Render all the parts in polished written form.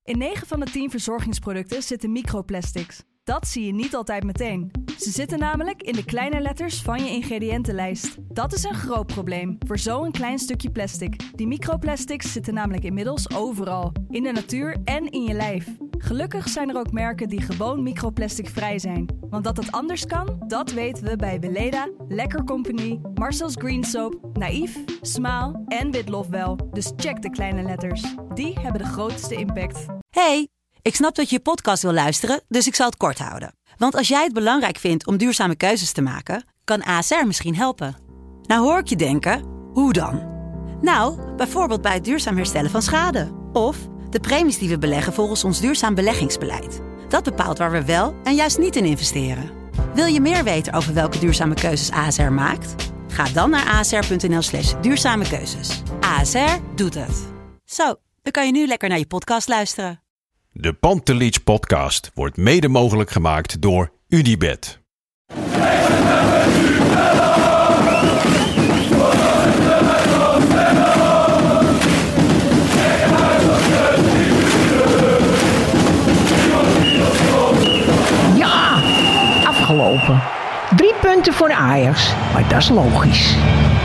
In 9 van de 10 verzorgingsproducten zitten microplastics. Dat zie je niet altijd meteen. Ze zitten namelijk in de kleine letters van je ingrediëntenlijst. Dat is een groot probleem voor zo'n klein stukje plastic. Die microplastics zitten namelijk inmiddels overal. In de natuur en in je lijf. Gelukkig zijn er ook merken die gewoon microplasticvrij zijn. Want dat het anders kan, dat weten we bij Weleda, Lekker Company, Marcel's Green Soap, Naïef, Smaal en Witlof wel. Dus check de kleine letters. Die hebben de grootste impact. Hey, ik snap dat je je podcast wil luisteren, dus ik zal het kort houden. Want als jij het belangrijk vindt om duurzame keuzes te maken, kan ASR misschien helpen. Nou hoor ik je denken, hoe dan? Nou, bijvoorbeeld bij het duurzaam herstellen van schade. Of de premies die we beleggen volgens ons duurzaam beleggingsbeleid. Dat bepaalt waar we wel en juist niet in investeren. Wil je meer weten over welke duurzame keuzes ASR maakt? Ga dan naar asr.nl/duurzame keuzes. ASR doet het. Zo, dan kan je nu lekker naar je podcast luisteren. De Pantelich podcast wordt mede mogelijk gemaakt door UdiBet. Ja, afgelopen. 3 punten voor de Ajax, maar dat is logisch.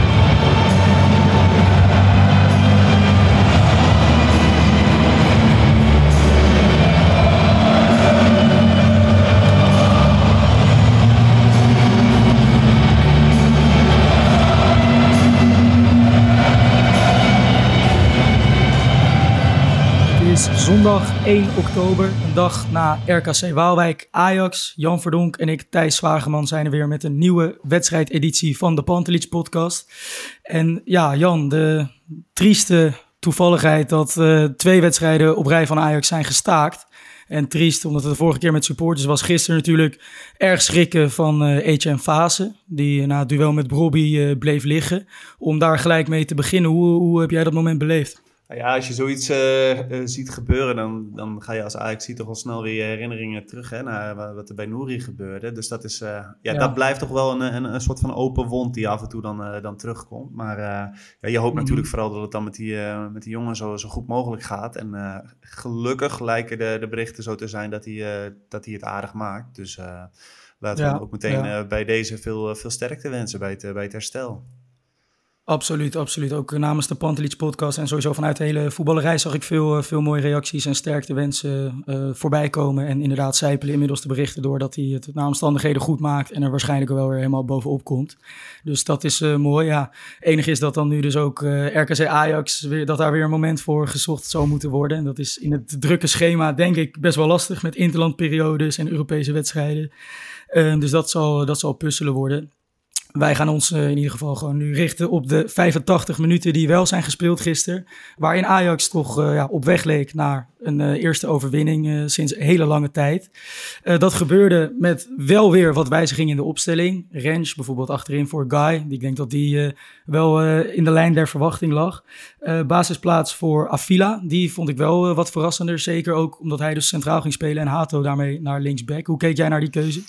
Zondag 1 oktober, een dag na RKC Waalwijk, Ajax. Jan Verdonk en ik, Thijs Zwageman, zijn er weer met een nieuwe wedstrijdeditie van de Pantelich podcast. En ja, Jan, de trieste toevalligheid dat 2 wedstrijden op rij van Ajax zijn gestaakt. En triest, omdat het de vorige keer met supporters was. Gisteren natuurlijk erg schrikken van Etienne Fase, die na het duel met Brobbey bleef liggen. Om daar gelijk mee te beginnen, hoe heb jij dat moment beleefd? Ja, als je zoiets ziet gebeuren, dan ga je als Ajax toch al snel weer herinneringen terug naar wat er bij Nouri gebeurde. Dus dat is, dat blijft toch wel een soort van open wond die af en toe dan terugkomt. Maar je hoopt natuurlijk vooral dat het dan met die jongen zo goed mogelijk gaat. En gelukkig lijken de berichten zo te zijn dat hij het aardig maakt. Dus laten we hem ook meteen bij deze veel sterkte wensen bij het herstel. Absoluut, absoluut. Ook namens de Pantelich podcast en sowieso vanuit de hele voetballerij zag ik veel mooie reacties en sterktewensen voorbij komen. En inderdaad zijpelen inmiddels de berichten door dat hij het naar omstandigheden goed maakt en er waarschijnlijk wel weer helemaal bovenop komt. Dus dat is mooi. Ja, enig is dat dan nu dus ook RKC Ajax, dat daar weer een moment voor gezocht zou moeten worden. En dat is in het drukke schema denk ik best wel lastig met interlandperiodes en Europese wedstrijden. Dus dat zal puzzelen worden. Wij gaan ons in ieder geval gewoon nu richten op de 85 minuten die wel zijn gespeeld gisteren. Waarin Ajax toch op weg leek naar een eerste overwinning sinds een hele lange tijd. Dat gebeurde met wel weer wat wijzigingen in de opstelling. Rens bijvoorbeeld achterin voor Guy. Ik denk dat die wel in de lijn der verwachting lag. Basisplaats voor Avila. Die vond ik wel wat verrassender. Zeker ook omdat hij dus centraal ging spelen en Hato daarmee naar linksback. Hoe keek jij naar die keuze?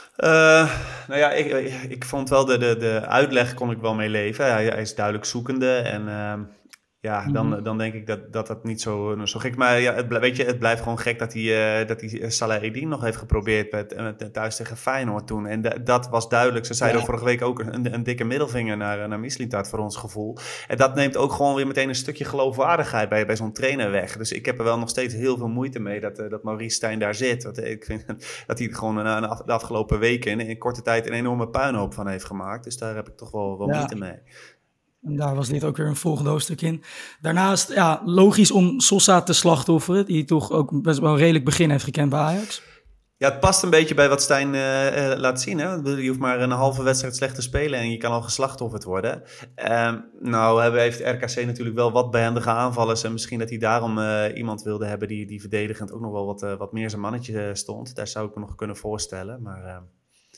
Ik vond wel de uitleg kon ik wel mee leven. Hij is duidelijk zoekende en dan denk ik dat niet zo gek. Maar ja, het blijft gewoon gek dat hij Salah Eddin nog heeft geprobeerd met thuis tegen Feyenoord toen. En dat was duidelijk. Ze zeiden vorige week ook een dikke middelvinger naar Mislintat voor ons gevoel. En dat neemt ook gewoon weer meteen een stukje geloofwaardigheid bij zo'n trainer weg. Dus ik heb er wel nog steeds heel veel moeite mee dat Maurice Stijn daar zit. Want ik vind dat hij er gewoon de afgelopen weken in korte tijd een enorme puinhoop van heeft gemaakt. Dus daar heb ik toch wel moeite mee. En daar was dit ook weer een volgende hoofdstuk in. Daarnaast, logisch om Sosa te slachtofferen, die toch ook best wel een redelijk begin heeft gekend bij Ajax. Ja, het past een beetje bij wat Stijn laat zien. Hè? Je hoeft maar een halve wedstrijd slecht te spelen en je kan al geslachtofferd worden. Heeft RKC natuurlijk wel wat behendige aanvallers. En misschien dat hij daarom iemand wilde hebben die verdedigend ook nog wel wat meer zijn mannetje stond. Daar zou ik me nog kunnen voorstellen. Maar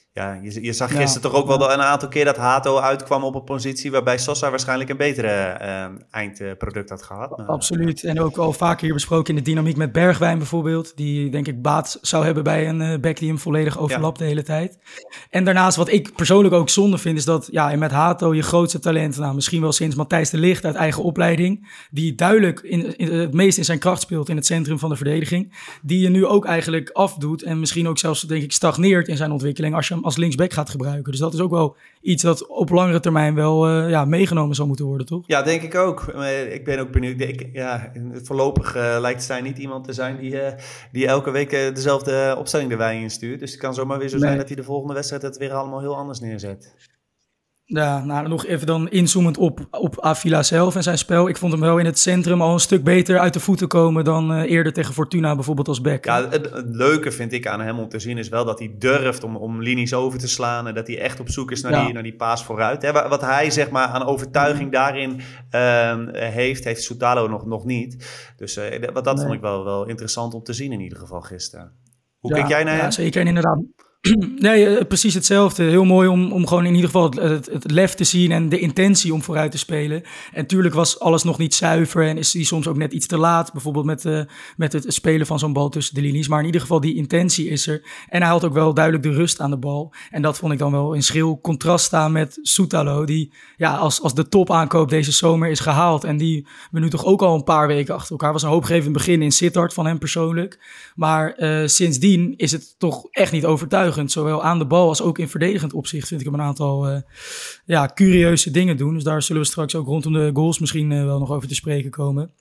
Ja, je zag gisteren toch ook wel een aantal keer dat Hato uitkwam op een positie waarbij Sosa waarschijnlijk een betere eindproduct had gehad. Absoluut. En ook al vaker hier besproken in de dynamiek met Bergwijn bijvoorbeeld. Die denk ik baat zou hebben bij een back die hem volledig overlapt de hele tijd. En daarnaast wat ik persoonlijk ook zonde vind is dat met Hato je grootste talent, misschien wel sinds Matthijs de Ligt uit eigen opleiding, die duidelijk het meest in zijn kracht speelt in het centrum van de verdediging, die je nu ook eigenlijk afdoet en misschien ook zelfs denk ik stagneert in zijn ontwikkeling als je hem als linksback gaat gebruiken. Dus dat is ook wel iets dat op langere termijn wel meegenomen zal moeten worden, toch? Ja, denk ik ook. Ik ben ook benieuwd. Voorlopig lijkt Stijn niet iemand te zijn die elke week dezelfde opstelling de wei instuurt. Dus het kan zomaar weer zo zijn dat hij de volgende wedstrijd het weer allemaal heel anders neerzet. Ja, nog even dan inzoomend op Avila zelf en zijn spel. Ik vond hem wel in het centrum al een stuk beter uit de voeten komen dan eerder tegen Fortuna bijvoorbeeld als back. Ja, het leuke vind ik aan hem om te zien is wel dat hij durft om linies over te slaan en dat hij echt op zoek is naar die paas vooruit. Hè, wat hij zeg maar aan overtuiging daarin heeft Soutalo nog niet. Dus dat vond ik wel interessant om te zien in ieder geval gisteren. Hoe kijk jij naar hem? Ja, zeker en inderdaad. Nee, precies hetzelfde. Heel mooi om gewoon in ieder geval het lef te zien en de intentie om vooruit te spelen. En tuurlijk was alles nog niet zuiver en is hij soms ook net iets te laat. Bijvoorbeeld met het spelen van zo'n bal tussen de linies. Maar in ieder geval die intentie is er. En hij had ook wel duidelijk de rust aan de bal. En dat vond ik dan wel in schril contrast staan met Soutalo. Die als de topaankoop deze zomer is gehaald. En die we nu toch ook al een paar weken achter elkaar. Was een hoopgevend begin in Sittard van hem persoonlijk. Maar sindsdien is het toch echt niet overtuigend. Zowel aan de bal als ook in verdedigend opzicht vind ik hem een aantal curieuze dingen doen. Dus daar zullen we straks ook rondom de goals misschien wel nog over te spreken komen.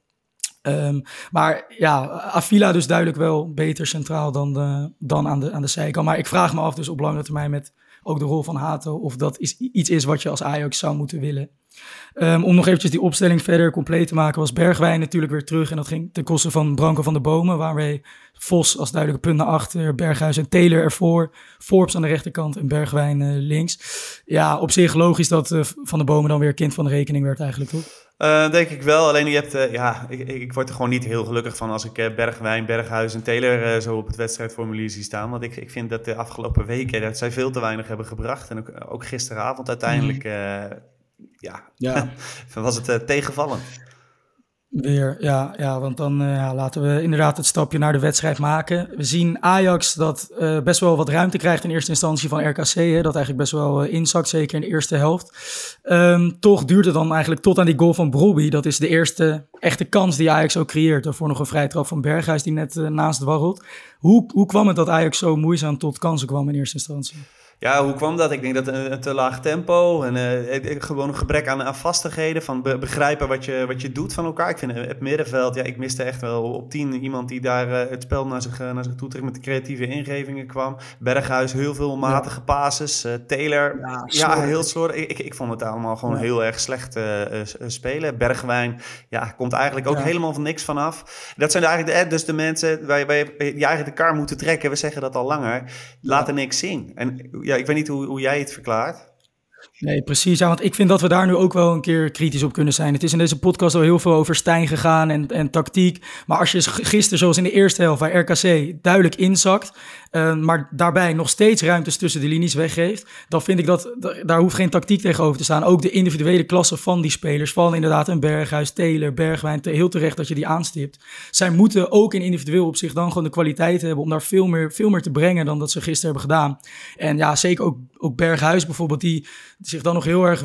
Maar Avila dus duidelijk wel beter centraal dan aan de zijkant. Maar ik vraag me af dus op lange termijn met ook de rol van Hato of dat iets is wat je als Ajax zou moeten willen. Om nog eventjes die opstelling verder compleet te maken was Bergwijn natuurlijk weer terug. En dat ging ten koste van Branko van der Bomen, waarmee Vos als duidelijke punt naar achter, Berghuis en Taylor ervoor, Forbes aan de rechterkant en Bergwijn links. Ja, op zich logisch dat Van der Bomen dan weer kind van de rekening werd eigenlijk, toch? Denk ik wel. Alleen je hebt, ik word er gewoon niet heel gelukkig van als ik Bergwijn, Berghuis en Taylor zo op het wedstrijdformulier zie staan. Want ik vind dat de afgelopen weken dat zij veel te weinig hebben gebracht. En ook gisteravond uiteindelijk was het tegenvallend. Weer, want dan laten we inderdaad het stapje naar de wedstrijd maken. We zien Ajax dat best wel wat ruimte krijgt in eerste instantie van RKC. Hè, dat eigenlijk best wel inzakt, zeker in de eerste helft. Toch duurt het dan eigenlijk tot aan die goal van Brobbey. Dat is de eerste echte kans die Ajax ook creëert. Daarvoor nog een vrije trap van Berghuis die net naast dwarrelt. Hoe kwam het dat Ajax zo moeizaam tot kansen kwam in eerste instantie? Ja, hoe kwam dat? Ik denk dat een te laag tempo en gewoon een gebrek aan vastigheden, van begrijpen wat je doet van elkaar. Ik vind het middenveld, ik miste echt wel op 10 iemand die daar het spel naar zich toe trekt met de creatieve ingevingen kwam. Berghuis, heel veel matige passes. Taylor, heel slordig. Ik vond het allemaal gewoon heel erg slecht spelen. Bergwijn, komt eigenlijk ook helemaal van niks vanaf. Dat zijn eigenlijk dus de mensen waar je eigenlijk de kar moeten trekken. We zeggen dat al langer. Laten niks zien. En ik weet niet hoe jij het verklaart. Nee, precies. Ja, want ik vind dat we daar nu ook wel een keer kritisch op kunnen zijn. Het is in deze podcast al heel veel over Stijn gegaan en tactiek. Maar als je gisteren, zoals in de eerste helft, waar RKC duidelijk inzakt, maar daarbij nog steeds ruimtes tussen de linies weggeeft, dan vind ik dat daar hoeft geen tactiek tegenover te staan. Ook de individuele klasse van die spelers, van inderdaad een Berghuis, Taylor, Bergwijn, heel terecht dat je die aanstipt. Zij moeten ook in individueel opzicht dan gewoon de kwaliteit hebben om daar veel meer te brengen dan dat ze gisteren hebben gedaan. En zeker ook Berghuis bijvoorbeeld, die zich dan nog heel erg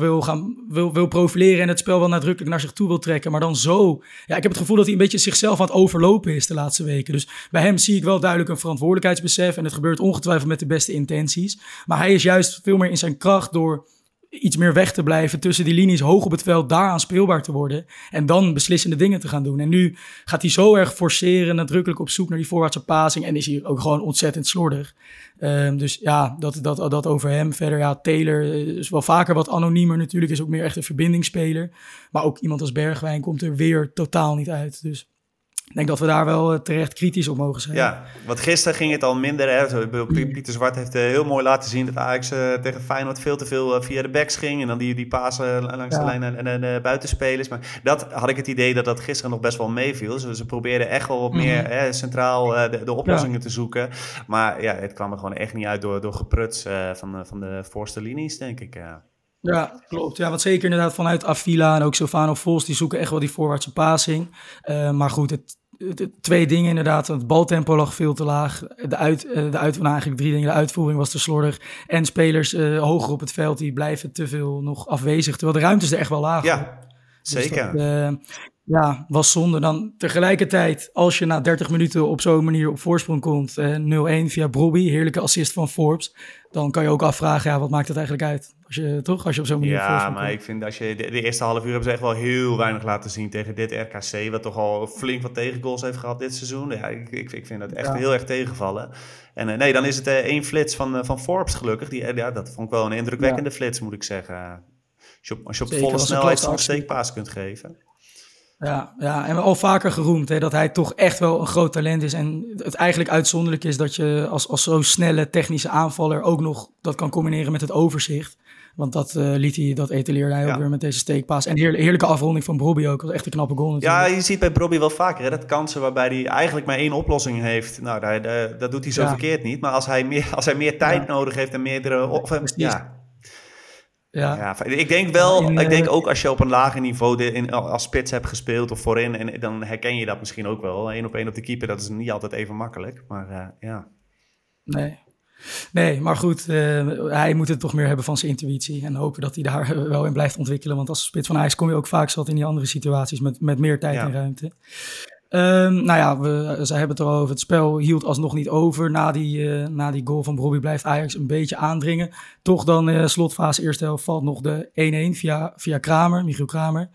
wil profileren en het spel wel nadrukkelijk naar zich toe wil trekken. Maar dan zo. Ja, ik heb het gevoel dat hij een beetje zichzelf aan het overlopen is de laatste weken. Dus bij hem zie ik wel duidelijk een verantwoordelijkheidsbesef. En het gebeurt ongetwijfeld met de beste intenties. Maar hij is juist veel meer in zijn kracht door iets meer weg te blijven tussen die linies, hoog op het veld, daaraan speelbaar te worden en dan beslissende dingen te gaan doen. En nu gaat hij zo erg forceren, nadrukkelijk op zoek naar die voorwaartse passing en is hij ook gewoon ontzettend slordig. Dus dat over hem. Verder, Taylor is wel vaker wat anoniemer natuurlijk, is ook meer echt een verbindingsspeler. Maar ook iemand als Bergwijn komt er weer totaal niet uit. Dus Ik denk dat we daar wel terecht kritisch op mogen zijn. Ja, want gisteren ging het al minder. Hè? Pieter Zwart heeft heel mooi laten zien dat Ajax tegen Feyenoord veel te veel via de backs ging. En dan die pasen langs de lijn en de buitenspelers. Maar dat had ik het idee dat gisteren nog best wel meeviel. Dus ze probeerden echt wel wat meer centraal de oplossingen te zoeken. Maar ja, het kwam er gewoon echt niet uit door gepruts van de voorste linies, denk ik. Ja, klopt. Ja, want zeker inderdaad vanuit Avila en ook Silvano Vos, die zoeken echt wel die voorwaartse passing. Maar goed, het 2 dingen inderdaad. Het baltempo lag veel te laag. Eigenlijk 3 dingen. De uitvoering was te slordig. En spelers hoger op het veld, die blijven te veel nog afwezig. Terwijl de ruimtes er echt wel laag. Ja, zeker. Dus dat, was zonde. Dan tegelijkertijd, als je na 30 minuten op zo'n manier op voorsprong komt, 0-1 via Brobby, heerlijke assist van Forbes, dan kan je ook afvragen, wat maakt het eigenlijk uit? Als je op zo'n manier op voorsprong komt. Ik vind als je de eerste half uur hebben ze echt wel heel weinig laten zien tegen dit RKC, wat toch al flink wat tegengoals heeft gehad dit seizoen. Ja, ik vind dat echt heel erg tegenvallen. En dan is het 1 flits van Forbes gelukkig. Dat vond ik wel een indrukwekkende flits, moet ik zeggen. Als je op volle snelheid zo'n steekpaas kunt geven. Ja, en al vaker geroemd dat hij toch echt wel een groot talent is. En het eigenlijk uitzonderlijk is dat je als zo'n snelle technische aanvaller ook nog dat kan combineren met het overzicht. Want dat etaleerde hij ook weer met deze steekpaas. En heerlijke afronding van Brobby ook. Dat was echt een knappe goal natuurlijk. Ja, je ziet bij Brobby wel vaker dat kansen waarbij hij eigenlijk maar 1 oplossing heeft. Nou, dat doet hij zo verkeerd niet. Maar als hij meer tijd nodig heeft en meerdere... Ja, ik denk ook als je op een lager niveau als spits hebt gespeeld of voorin, en dan herken je dat misschien ook wel. 1 op 1 op de keeper, dat is niet altijd even makkelijk. Maar ja. Nee, maar goed, hij moet het toch meer hebben van zijn intuïtie. En hopen dat hij daar wel in blijft ontwikkelen. Want als spits van Ajax kom je ook vaak zat in die andere situaties met meer tijd en ruimte. Ze hebben het erover. Het spel hield alsnog niet over. Na die goal van Brobby blijft Ajax een beetje aandringen. Toch dan slotfase eerste helft valt nog de 1-1 via Kramer, Michiel Kramer.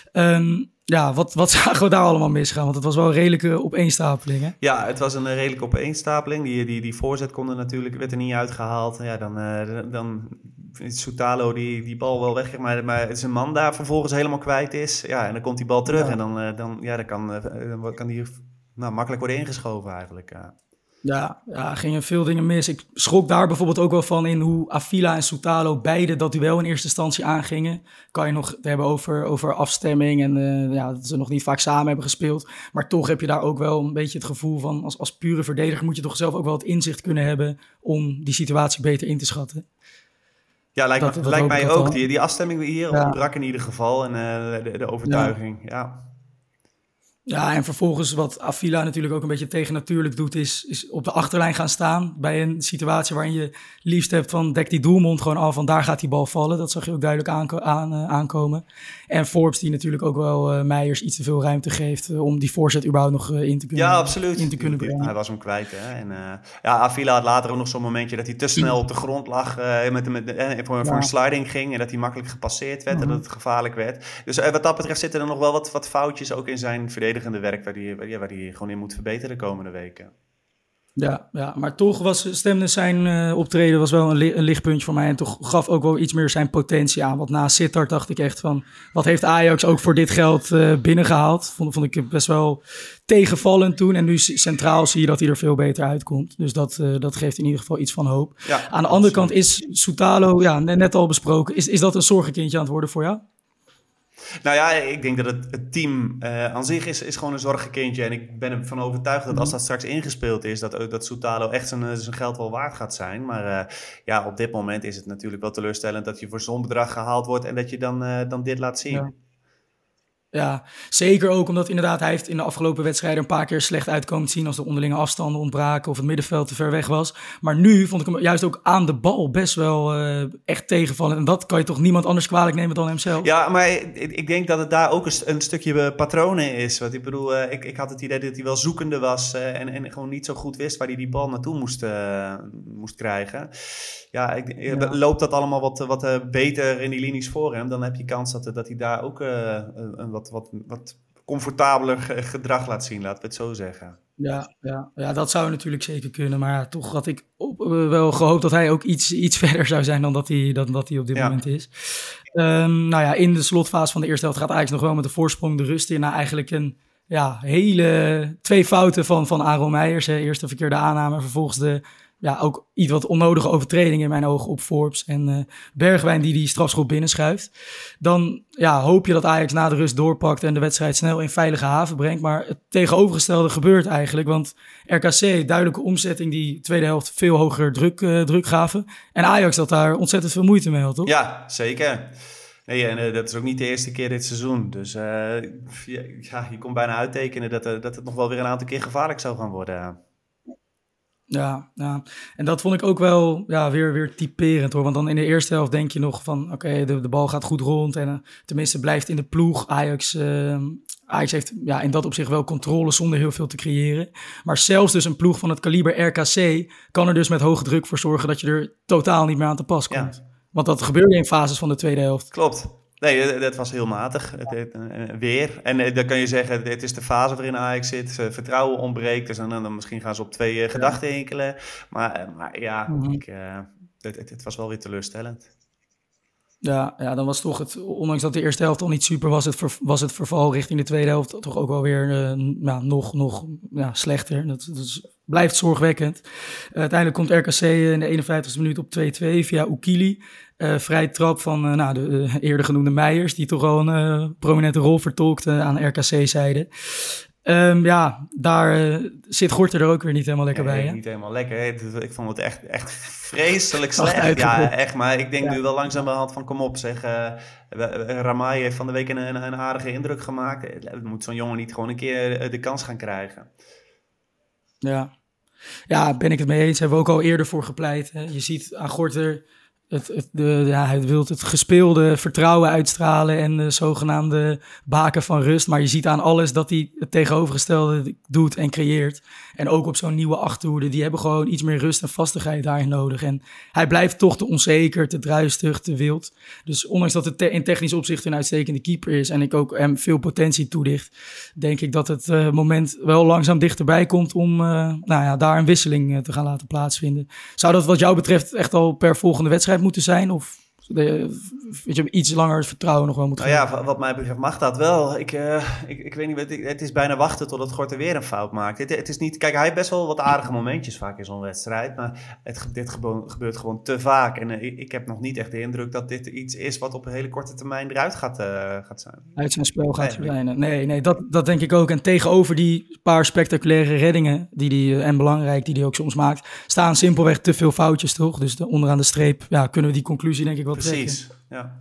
Wat zagen we daar allemaal misgaan? Want het was wel een redelijke opeenstapeling, hè? Ja, het was een redelijke opeenstapeling. Die voorzet werd er niet uitgehaald. Ja, dan Soutalo die bal wel weg, maar zijn man daar vervolgens helemaal kwijt is. Ja, en dan komt die bal terug en dan kan die makkelijk worden ingeschoven eigenlijk. Ja, gingen veel dingen mis. Ik schrok daar bijvoorbeeld ook wel van in hoe Avila en Soutalo beide dat duel in eerste instantie aangingen. Kan je nog hebben over afstemming en dat ze nog niet vaak samen hebben gespeeld. Maar toch heb je daar ook wel een beetje het gevoel van als pure verdediger moet je toch zelf ook wel het inzicht kunnen hebben om die situatie beter in te schatten. Ja, lijkt mij ook. Die afstemming hier ontbrak in ieder geval en de overtuiging, Ja, en vervolgens wat Avila natuurlijk ook een beetje tegennatuurlijk doet, is op de achterlijn gaan staan bij een situatie waarin je liefst hebt van dek die doelmond gewoon af, want daar gaat die bal vallen. Dat zag je ook duidelijk aankomen. En Forbes die natuurlijk ook wel Meijers iets te veel ruimte geeft om die voorzet überhaupt nog in te kunnen brengen. Hij was hem kwijt. Hè? En Avila had later ook nog zo'n momentje dat hij te snel op de grond lag voor een sliding ging en dat hij makkelijk gepasseerd werd en dat het gevaarlijk werd. Dus wat dat betreft zitten er nog wel wat foutjes ook in zijn verdediging. Werk waar die gewoon in moet verbeteren de komende weken. Ja, maar toch stemde zijn optreden was wel een lichtpuntje voor mij. En toch gaf ook wel iets meer zijn potentie aan. Want na Sittard dacht ik echt van, wat heeft Ajax ook voor dit geld binnengehaald? Vond ik best wel tegenvallend toen. En nu centraal zie je dat hij er veel beter uitkomt. Dus dat geeft in ieder geval iets van hoop. Ja, aan de andere kant is Soutalo, net al besproken, is dat een zorgenkindje aan het worden voor jou? Nou ja, ik denk dat het team aan zich is gewoon een zorgenkindje. En ik ben ervan overtuigd dat als dat straks ingespeeld is, dat Soutalo echt zijn geld wel waard gaat zijn. Maar op dit moment is het natuurlijk wel teleurstellend dat je voor zo'n bedrag gehaald wordt en dat je dan dit laat zien. Ja, zeker ook omdat inderdaad hij heeft in de afgelopen wedstrijden een paar keer slecht uitkomen te zien als de onderlinge afstanden ontbraken of het middenveld te ver weg was. Maar nu vond ik hem juist ook aan de bal best wel echt tegenvallen. En dat kan je toch niemand anders kwalijk nemen dan hemzelf? Ja, maar ik denk dat het daar ook een stukje patronen is. Want ik bedoel, ik had het idee dat hij wel zoekende was en gewoon niet zo goed wist waar hij die bal naartoe moest krijgen. Loopt dat allemaal wat beter in die linies voor hem, dan heb je kans dat hij daar ook een wat comfortabeler gedrag laat zien, laten we het zo zeggen. Ja, dat zou natuurlijk zeker kunnen, maar toch had ik wel gehoopt dat hij ook iets verder zou zijn dan dat hij op dit moment is. In de slotfase van de eerste helft gaat Ajax nog wel met de voorsprong de rust in, na eigenlijk een twee fouten van Aaron Meijers. Eerst de verkeerde aanname, vervolgens ook iets wat onnodige overtreding in mijn ogen op Forbes. En Bergwijn die strafschop binnenschuift. Dan hoop je dat Ajax na de rust doorpakt en de wedstrijd snel in veilige haven brengt. Maar het tegenovergestelde gebeurt eigenlijk. Want RKC, duidelijke omzetting die tweede helft veel hoger druk gaven. En Ajax had daar ontzettend veel moeite mee had, toch? Ja, zeker. Nee, en dat is ook niet de eerste keer dit seizoen. Dus je kon bijna uittekenen dat het nog wel weer een aantal keer gevaarlijk zou gaan worden. Ja, en dat vond ik ook wel weer typerend hoor. Want dan in de eerste helft denk je nog van oké, de bal gaat goed rond en tenminste blijft in de ploeg. Ajax heeft in dat opzicht wel controle zonder heel veel te creëren. Maar zelfs dus een ploeg van het kaliber RKC kan er dus met hoge druk voor zorgen dat je er totaal niet meer aan te pas komt. Ja. Want dat gebeurde in fases van de tweede helft. Klopt. Nee, dat was heel matig. Weer. En dan kan je zeggen, het is de fase waarin Ajax zit. Vertrouwen ontbreekt. Dus dan misschien gaan ze op twee gedachten hinkelen. Maar het was wel weer teleurstellend. Ja, dan was toch ondanks dat de eerste helft al niet super was het verval richting de tweede helft toch ook wel weer nog slechter. Dat blijft zorgwekkend. Uiteindelijk komt RKC in de 51e minuut op 2-2 via Oekili. Vrije trap van de eerder genoemde Meijers, die toch al een prominente rol vertolkte aan RKC-zijde. Daar zit Gorter er ook weer niet helemaal lekker bij. Hè? Niet helemaal lekker. Ik vond het echt vreselijk slecht. Ja, echt. Maar ik denk nu wel langzamerhand van kom op zeg. Ramai heeft van de week een aardige indruk gemaakt. Moet zo'n jongen niet gewoon een keer de kans gaan krijgen. Ja, ben ik het mee eens. Hebben we ook al eerder voor gepleit. Hè? Je ziet aan Gorter hij wil het gespeelde vertrouwen uitstralen en de zogenaamde baken van rust. Maar je ziet aan alles dat hij het tegenovergestelde doet en creëert. En ook op zo'n nieuwe achterhoede, die hebben gewoon iets meer rust en vastigheid daarin nodig. En hij blijft toch te onzeker, te druistig, te wild. Dus ondanks dat het in technisch opzicht een uitstekende keeper is en ik ook hem veel potentie toedicht, denk ik dat het moment wel langzaam dichterbij komt om daar een wisseling te gaan laten plaatsvinden. Zou dat wat jou betreft echt al per volgende wedstrijd moeten zijn? Of je iets langer vertrouwen nog wel moet geven? Ja, wat mij betreft mag dat wel. Ik weet niet, het is bijna wachten totdat Gorter weer een fout maakt. Het is niet, kijk, hij heeft best wel wat aardige momentjes vaak in zo'n wedstrijd, maar dit gebeurt gewoon te vaak. En ik heb nog niet echt de indruk dat dit iets is wat op een hele korte termijn eruit gaat zijn. Uit zijn spel gaat verdwijnen. Nee, dat denk ik ook. En tegenover die paar spectaculaire reddingen en belangrijk die hij ook soms maakt, staan simpelweg te veel foutjes, toch? Dus onderaan de streep kunnen we die conclusie denk ik wel precies, trekken.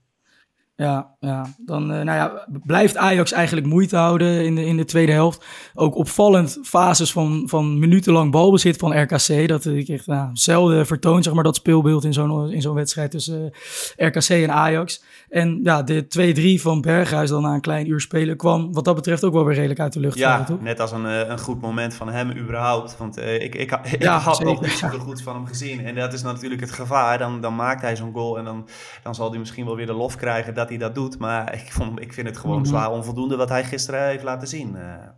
Ja. Dan blijft Ajax eigenlijk moeite houden in de tweede helft. Ook opvallend fases van minutenlang balbezit van RKC. Dat ik echt zelden vertoon, zeg maar, dat speelbeeld in zo'n wedstrijd tussen RKC en Ajax. En de 2-3 van Berghuis dan na een klein uur spelen kwam wat dat betreft ook wel weer redelijk uit de lucht. Ja, net als een goed moment van hem überhaupt. Want ik had nog niet zoveel goeds van hem gezien. En dat is natuurlijk het gevaar. Dan maakt hij zo'n goal en dan zal hij misschien wel weer de lof krijgen dat hij dat doet. Maar ik vind het gewoon zwaar onvoldoende wat hij gisteren heeft laten zien.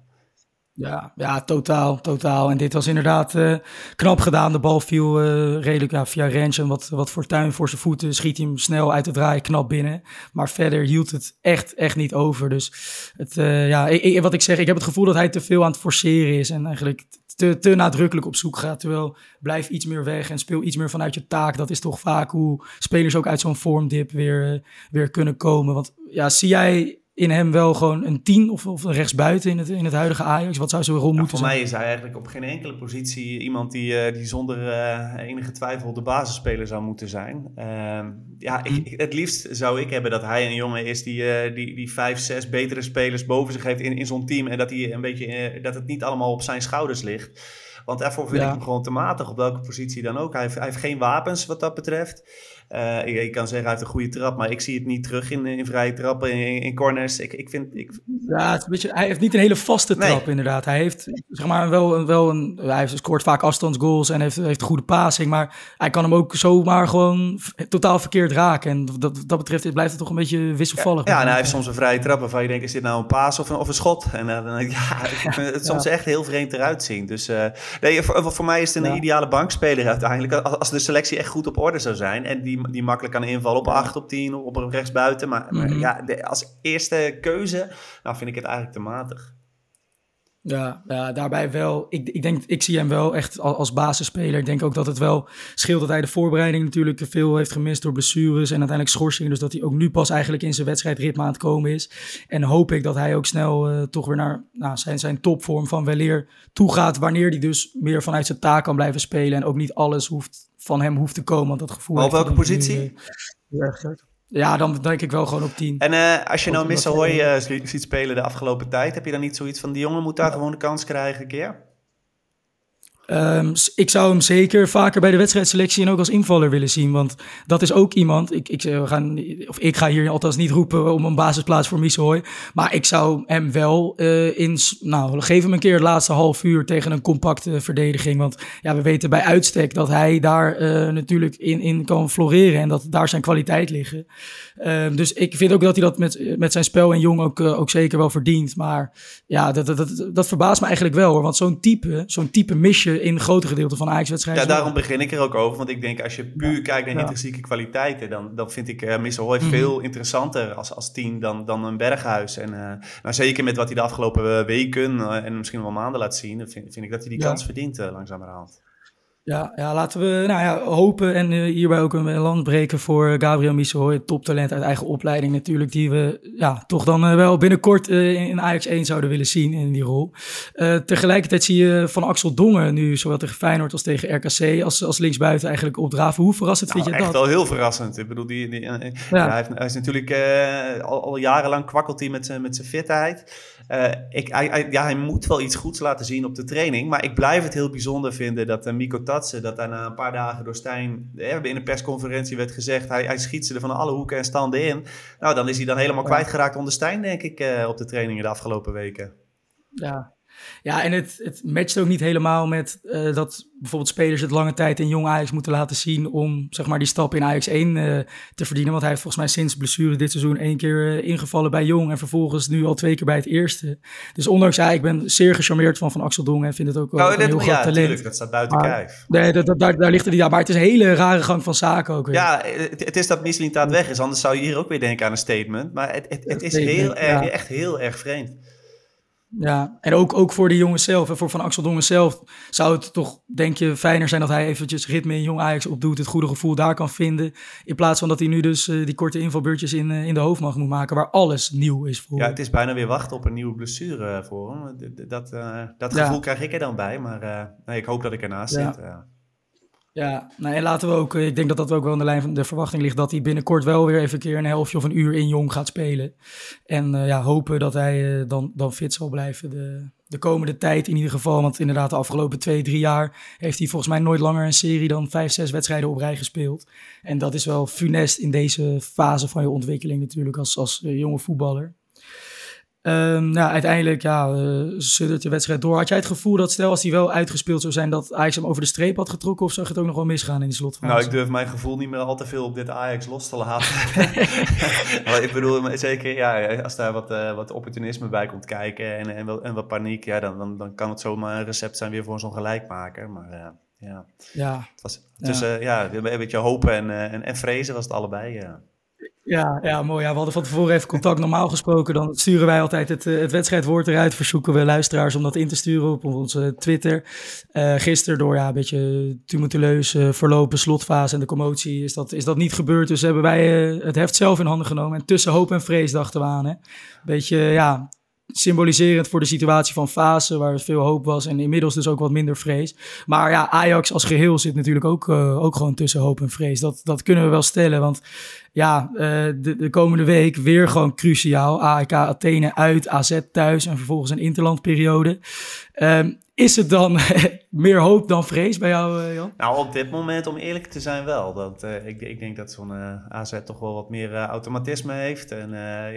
Ja, totaal. En dit was inderdaad knap gedaan. De bal viel redelijk via Rens en wat fortuin voor zijn voeten. Schiet hij hem snel uit de draai, knap binnen. Maar verder hield het echt niet over. Dus wat ik zeg, ik heb het gevoel dat hij te veel aan het forceren is. En eigenlijk te nadrukkelijk op zoek gaat. Terwijl blijf iets meer weg en speel iets meer vanuit je taak. Dat is toch vaak hoe spelers ook uit zo'n vormdip weer kunnen komen. Want zie jij in hem wel gewoon een 10 of een rechtsbuiten in het huidige Ajax? Wat zou zijn rol moeten zijn? Voor mij is hij eigenlijk op geen enkele positie iemand die zonder enige twijfel de basisspeler zou moeten zijn. Het liefst zou ik hebben dat hij een jongen is die 5, 6 betere spelers boven zich heeft in zo'n team en dat hij een beetje dat het niet allemaal op zijn schouders ligt. Want daarvoor vind ik hem gewoon te matig, op welke positie dan ook. Hij heeft geen wapens wat dat betreft. Je kan zeggen, hij heeft een goede trap, maar ik zie het niet terug in vrije trappen, in corners. Ja, het is een beetje, hij heeft niet een hele vaste trap, inderdaad. Hij heeft zeg maar hij scoort vaak afstandsgoals en heeft een goede passing, maar hij kan hem ook zomaar gewoon totaal verkeerd raken. En dat betreft blijft het toch een beetje wisselvallig. Ja, en hij heeft soms een vrije trap waarvan je denkt, is dit nou een paas of een schot? En ik vind het soms echt heel vreemd eruit zien. Dus voor mij is het een ideale bankspeler uiteindelijk. Als de selectie echt goed op orde zou zijn en die makkelijk kan invallen op 8, op 10, op een rechtsbuiten. Maar als eerste keuze, vind ik het eigenlijk te matig. Ja, daarbij wel. Ik zie hem wel echt als basisspeler. Ik denk ook dat het wel scheelt dat hij de voorbereiding natuurlijk veel heeft gemist door blessures en uiteindelijk schorsingen. Dus dat hij ook nu pas eigenlijk in zijn wedstrijdritme aan het komen is. En hoop ik dat hij ook snel toch weer naar zijn topvorm van weleer toe gaat. Wanneer hij dus meer vanuit zijn taak kan blijven spelen. En ook niet alles van hem hoeft te komen. Want dat gevoel. Maar op welke positie? Ja, dan denk ik wel gewoon op 10. En als je nou Misselhoy ziet spelen de afgelopen tijd, heb je dan niet zoiets van die jongen moet daar gewoon de kans krijgen een keer? Ik zou hem zeker vaker bij de wedstrijdselectie en ook als invaller willen zien. Want dat is ook iemand. Ik ga hier althans niet roepen om een basisplaats voor Misselhoy. Maar ik zou hem wel geef hem een keer het laatste half uur tegen een compacte verdediging. Want ja, we weten bij uitstek dat hij daar natuurlijk in kan floreren. En dat daar zijn kwaliteit liggen. Dus ik vind ook dat hij dat met zijn spel en jong ook zeker wel verdient. Maar ja, dat verbaast me eigenlijk wel hoor. Want zo'n type mis je in grote gedeelten van Ajax-wedstrijden. Ja, daarom begin ik er ook over. Want ik denk, als je puur kijkt naar intrinsieke kwaliteiten, dan vind ik Misselhoy veel interessanter als 10 dan een Berghuis. En zeker met wat hij de afgelopen weken en misschien wel maanden laat zien, vind ik dat hij die kans verdient langzamerhand. Ja, laten we hopen en hierbij ook een land breken voor Gabriel Misselhoy, toptalent uit eigen opleiding natuurlijk, die we toch dan wel binnenkort in Ajax 1 zouden willen zien in die rol. Tegelijkertijd zie je van Axel Dongen nu zowel tegen Feyenoord als tegen RKC als linksbuiten eigenlijk opdraven. Hoe verrassend vind je dat? Echt wel heel verrassend. Ik bedoel, hij is natuurlijk al jarenlang kwakkelt hij met zijn fitheid. Hij moet wel iets goeds laten zien op de training. Maar ik blijf het heel bijzonder vinden dat Miko Tatsen, dat daar na een paar dagen door Stijn in de persconferentie werd gezegd, hij schiet ze er van alle hoeken en standen in. Nou, dan is hij dan helemaal kwijtgeraakt onder Stijn, denk ik, op de trainingen de afgelopen weken. Ja, en het matcht ook niet helemaal met dat bijvoorbeeld spelers het lange tijd in jong Ajax moeten laten zien om zeg maar die stap in Ajax 1 te verdienen. Want hij heeft volgens mij sinds blessure dit seizoen 1 keer ingevallen bij jong en vervolgens nu al 2 keer bij het eerste. Dus ondanks ik ben zeer gecharmeerd van Axel Dongen en vind het ook wel een heel groot talent. Tuurlijk, dat staat buiten kijf. Nee, daar ligt het niet aan. Maar het is een hele rare gang van zaken ook weer. Ja, het is dat Mislintat weg is, anders zou je hier ook weer denken aan een statement. Maar het is echt heel erg vreemd. Ja, en ook voor de jongens zelf en voor Van Axel Dongen zelf zou het toch, denk je, fijner zijn dat hij eventjes ritme in jong Ajax opdoet, het goede gevoel daar kan vinden, in plaats van dat hij nu dus die korte invalbeurtjes in de hoofdmacht moet maken, waar alles nieuw is voor hem. Ja, het is bijna weer wachten op een nieuwe blessure voor hem. Dat gevoel krijg ik er dan bij, maar ik hoop dat ik ernaast zit. Ja, en laten we ook, ik denk dat ook wel in de lijn van de verwachting ligt, dat hij binnenkort wel weer even een keer een helftje of een uur in jong gaat spelen. En hopen dat hij dan fit zal blijven de komende tijd in ieder geval. Want inderdaad de afgelopen 2-3 jaar heeft hij volgens mij nooit langer een serie dan 5-6 wedstrijden op rij gespeeld. En dat is wel funest in deze fase van je ontwikkeling natuurlijk als jonge voetballer. Uiteindelijk suddert de wedstrijd door. Had jij het gevoel dat stel als hij wel uitgespeeld zou zijn dat Ajax hem over de streep had getrokken of zag het ook nog wel misgaan in de slotfase? Nou, ik durf mijn gevoel niet meer al te veel op dit Ajax los te laten. Maar ik bedoel, zeker als daar wat opportunisme bij komt kijken en wat paniek, dan kan het zomaar een recept zijn weer voor zo'n gelijkmaker. Maar het was een beetje hopen en vrezen was het allebei. Ja, mooi. Ja, we hadden van tevoren even contact. Normaal gesproken dan sturen wij altijd het wedstrijdwoord eruit. Verzoeken we luisteraars om dat in te sturen op onze Twitter. Gisteren door een beetje tumultueus verlopen slotfase en de commotie is dat niet gebeurd. Dus hebben wij het heft zelf in handen genomen. En tussen hoop en vrees dachten we aan. Een beetje, symboliserend voor de situatie van fase, waar veel hoop was en inmiddels dus ook wat minder vrees. Maar Ajax als geheel zit natuurlijk ook gewoon tussen hoop en vrees. Dat kunnen we wel stellen, want de komende week weer gewoon cruciaal. AEK Athene uit, AZ thuis en vervolgens een interlandperiode. Is het dan meer hoop dan vrees bij jou, Jan? Nou, op dit moment, om eerlijk te zijn, wel. Want ik denk dat zo'n AZ toch wel wat meer automatisme heeft. En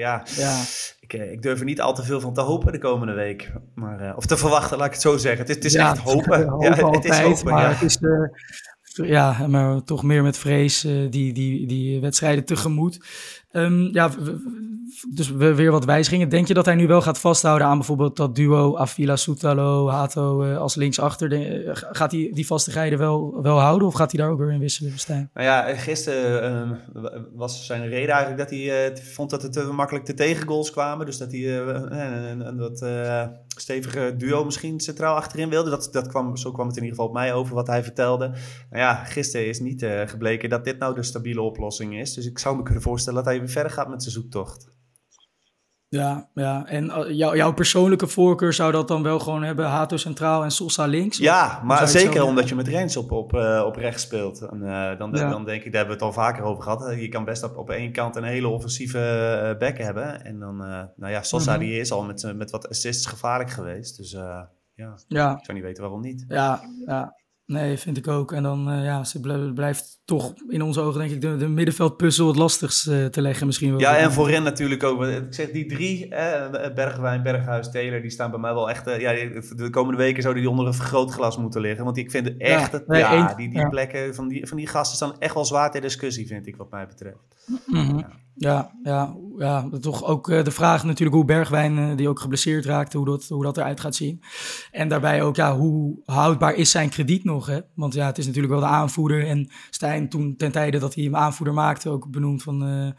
ik durf er niet al te veel van te hopen de komende week. Maar, of te verwachten, laat ik het zo zeggen. Het is echt hopen. Het is hopen, maar het is maar toch meer met vrees die wedstrijden tegemoet. Dus weer wat wijzigingen. Denk je dat hij nu wel gaat vasthouden aan bijvoorbeeld dat duo Avila, Soetalo, Hato als linksachter? Gaat hij die vastigheden wel houden of gaat hij daar ook weer in wisselen, Stijn? Nou ja, gisteren was zijn reden eigenlijk dat hij vond dat er te makkelijk de tegengoals kwamen. Dus dat hij een wat stevige duo misschien centraal achterin wilde. Zo kwam het in ieder geval op mij over wat hij vertelde. Nou ja, gisteren is niet gebleken dat dit nou de stabiele oplossing is. Dus ik zou me kunnen voorstellen dat hij weer verder gaat met zijn zoektocht. Ja. En jouw persoonlijke voorkeur zou dat dan wel gewoon hebben, Hato centraal en Sosa links? Ja, maar zeker omdat je met Rens op rechts speelt. En, dan denk ik, daar hebben we het al vaker over gehad. Je kan best op één kant een hele offensieve back hebben. En dan, Sosa die is al met wat assists gevaarlijk geweest. Dus ik zou niet weten waarom niet. Ja. Nee, vind ik ook. En dan ze blijft toch in onze ogen denk ik de middenveldpuzzel het lastigst te leggen misschien wel. Ja, en voorin natuurlijk ook. Ik zeg die 3, Bergwijn, Berghuis, Taylor, die staan bij mij wel echt... de komende weken zouden die onder een vergrootglas moeten liggen. Want ik vind het echt... Die plekken van die gasten staan echt wel zwaar ter discussie, vind ik wat mij betreft. Mm-hmm. Ja, toch ook de vraag natuurlijk hoe Bergwijn, die ook geblesseerd raakte, hoe dat eruit gaat zien. En daarbij ook, hoe houdbaar is zijn krediet nog, hè? Want het is natuurlijk wel de aanvoerder. En Stijn toen ten tijde dat hij hem aanvoerder maakte, ook benoemd van...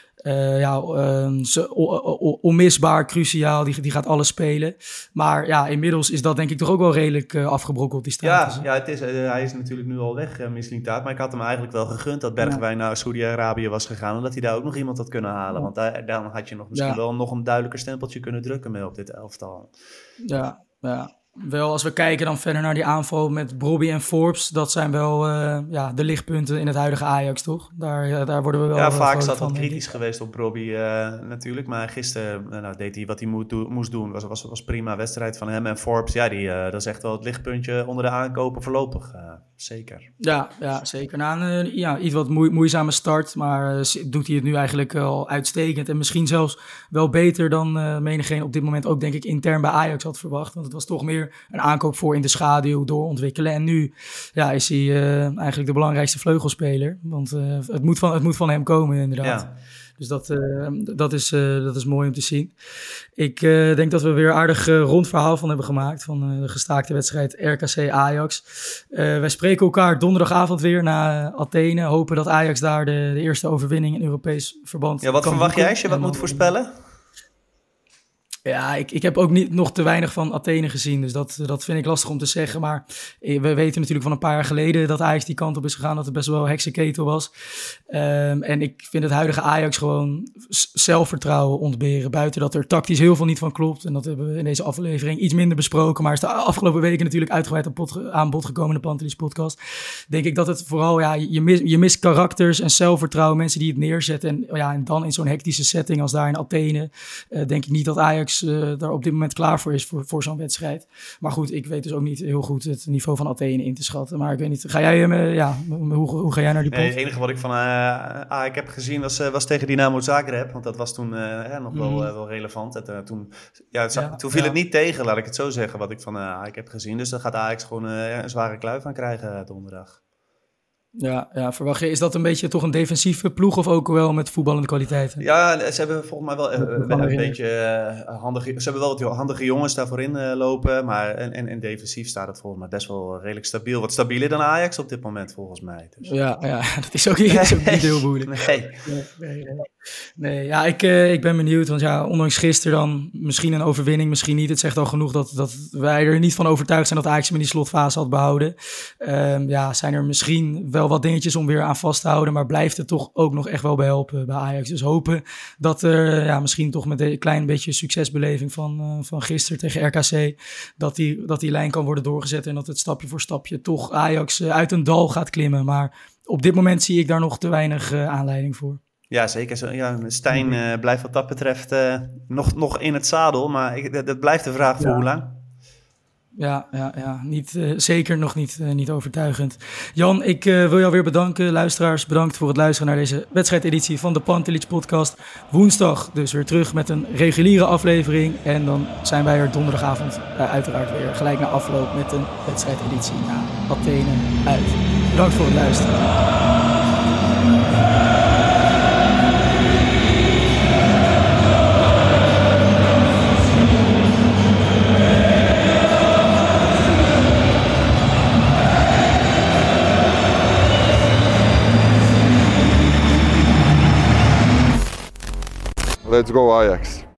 onmisbaar, cruciaal, die gaat alles spelen. Maar inmiddels is dat denk ik toch ook wel redelijk afgebrokkeld, die status. Ja, hij is natuurlijk nu al weg, Mislintat. Maar ik had hem eigenlijk wel gegund dat Bergwijn naar Saudi-Arabië was gegaan. En dat hij daar ook nog iemand had kunnen halen. Want dan had je misschien wel nog een duidelijker stempeltje kunnen drukken mee op dit elftal. Ja. Wel, als we kijken dan verder naar die aanval met Brobbey en Forbes, dat zijn wel de lichtpunten in het huidige Ajax, toch? Daar worden we wel... Ja, vaak is dat wat kritisch geweest op Brobbey natuurlijk, maar gisteren deed hij wat hij moest doen. Was prima wedstrijd van hem en Forbes. Ja, dat is echt wel het lichtpuntje onder de aankopen voorlopig, zeker. Ja, zeker. Na een iets wat moeizame start, maar doet hij het nu eigenlijk al uitstekend en misschien zelfs wel beter dan menigeen op dit moment ook denk ik intern bij Ajax had verwacht, want het was toch meer een aankoop voor in de schaduw doorontwikkelen. En nu is hij eigenlijk de belangrijkste vleugelspeler. Want het moet van hem komen inderdaad. Ja. Dus dat is mooi om te zien. Ik denk dat we weer een aardig rond verhaal van hebben gemaakt. Van de gestaakte wedstrijd RKC Ajax. Wij spreken elkaar donderdagavond weer naar Athene. Hopen dat Ajax daar de eerste overwinning in Europees verband kan wat verwacht jij als je wat moet voorspellen? Ja, ik heb ook nog te weinig van Athene gezien, dus dat vind ik lastig om te zeggen. Maar we weten natuurlijk van een paar jaar geleden dat Ajax die kant op is gegaan, dat het best wel heksenketel was. En ik vind het huidige Ajax gewoon zelfvertrouwen ontberen, buiten dat er tactisch heel veel niet van klopt. En dat hebben we in deze aflevering iets minder besproken, maar is de afgelopen weken natuurlijk uitgebreid aan bod gekomen in de Pantelis podcast. Denk ik dat het vooral, je mist karakters en zelfvertrouwen, mensen die het neerzetten. En dan in zo'n hectische setting als daar in Athene, denk ik niet dat Ajax daar op dit moment klaar voor is voor zo'n wedstrijd. Maar goed, ik weet dus ook niet heel goed het niveau van Athene in te schatten. Maar ik weet niet, ga jij hoe ga jij naar die pot? Het enige wat ik van ik heb gezien was tegen Dynamo Zagreb, want dat was toen nog wel relevant. Toen viel het niet tegen, laat ik het zo zeggen, wat ik van ik heb gezien. Dus dan gaat Ajax gewoon een zware kluif aan krijgen donderdag. Ja, verwacht je, is dat een beetje toch een defensieve ploeg of ook wel met voetballende kwaliteiten? Ja, ze hebben volgens mij wel een beetje handige... Ze hebben wel wat handige jongens daarvoor in lopen, maar en defensief staat het volgens mij best wel redelijk stabiel. Wat stabieler dan Ajax op dit moment volgens mij. Dus. Ja, dat is ook niet heel moeilijk. Nee, ik ben benieuwd, want ondanks gisteren dan misschien een overwinning, misschien niet. Het zegt al genoeg dat wij er niet van overtuigd zijn dat Ajax hem in die slotfase had behouden. Zijn er misschien wel wat dingetjes om weer aan vast te houden, maar blijft het toch ook nog echt wel behelpen bij Ajax. Dus hopen dat er misschien toch met een klein beetje succesbeleving van gisteren tegen RKC, dat die lijn kan worden doorgezet en dat het stapje voor stapje toch Ajax uit een dal gaat klimmen. Maar op dit moment zie ik daar nog te weinig aanleiding voor. Ja, zeker. Ja, Stijn blijft wat dat betreft nog in het zadel, maar dat blijft de vraag voor hoe lang. Ja. Zeker nog niet overtuigend. Jan, ik wil jou weer bedanken. Luisteraars, bedankt voor het luisteren naar deze wedstrijdeditie van de Pantelis podcast. Woensdag dus weer terug met een reguliere aflevering. En dan zijn wij er donderdagavond uiteraard weer gelijk na afloop met een wedstrijdeditie naar Athene uit. Bedankt voor het luisteren. Let's go Ajax.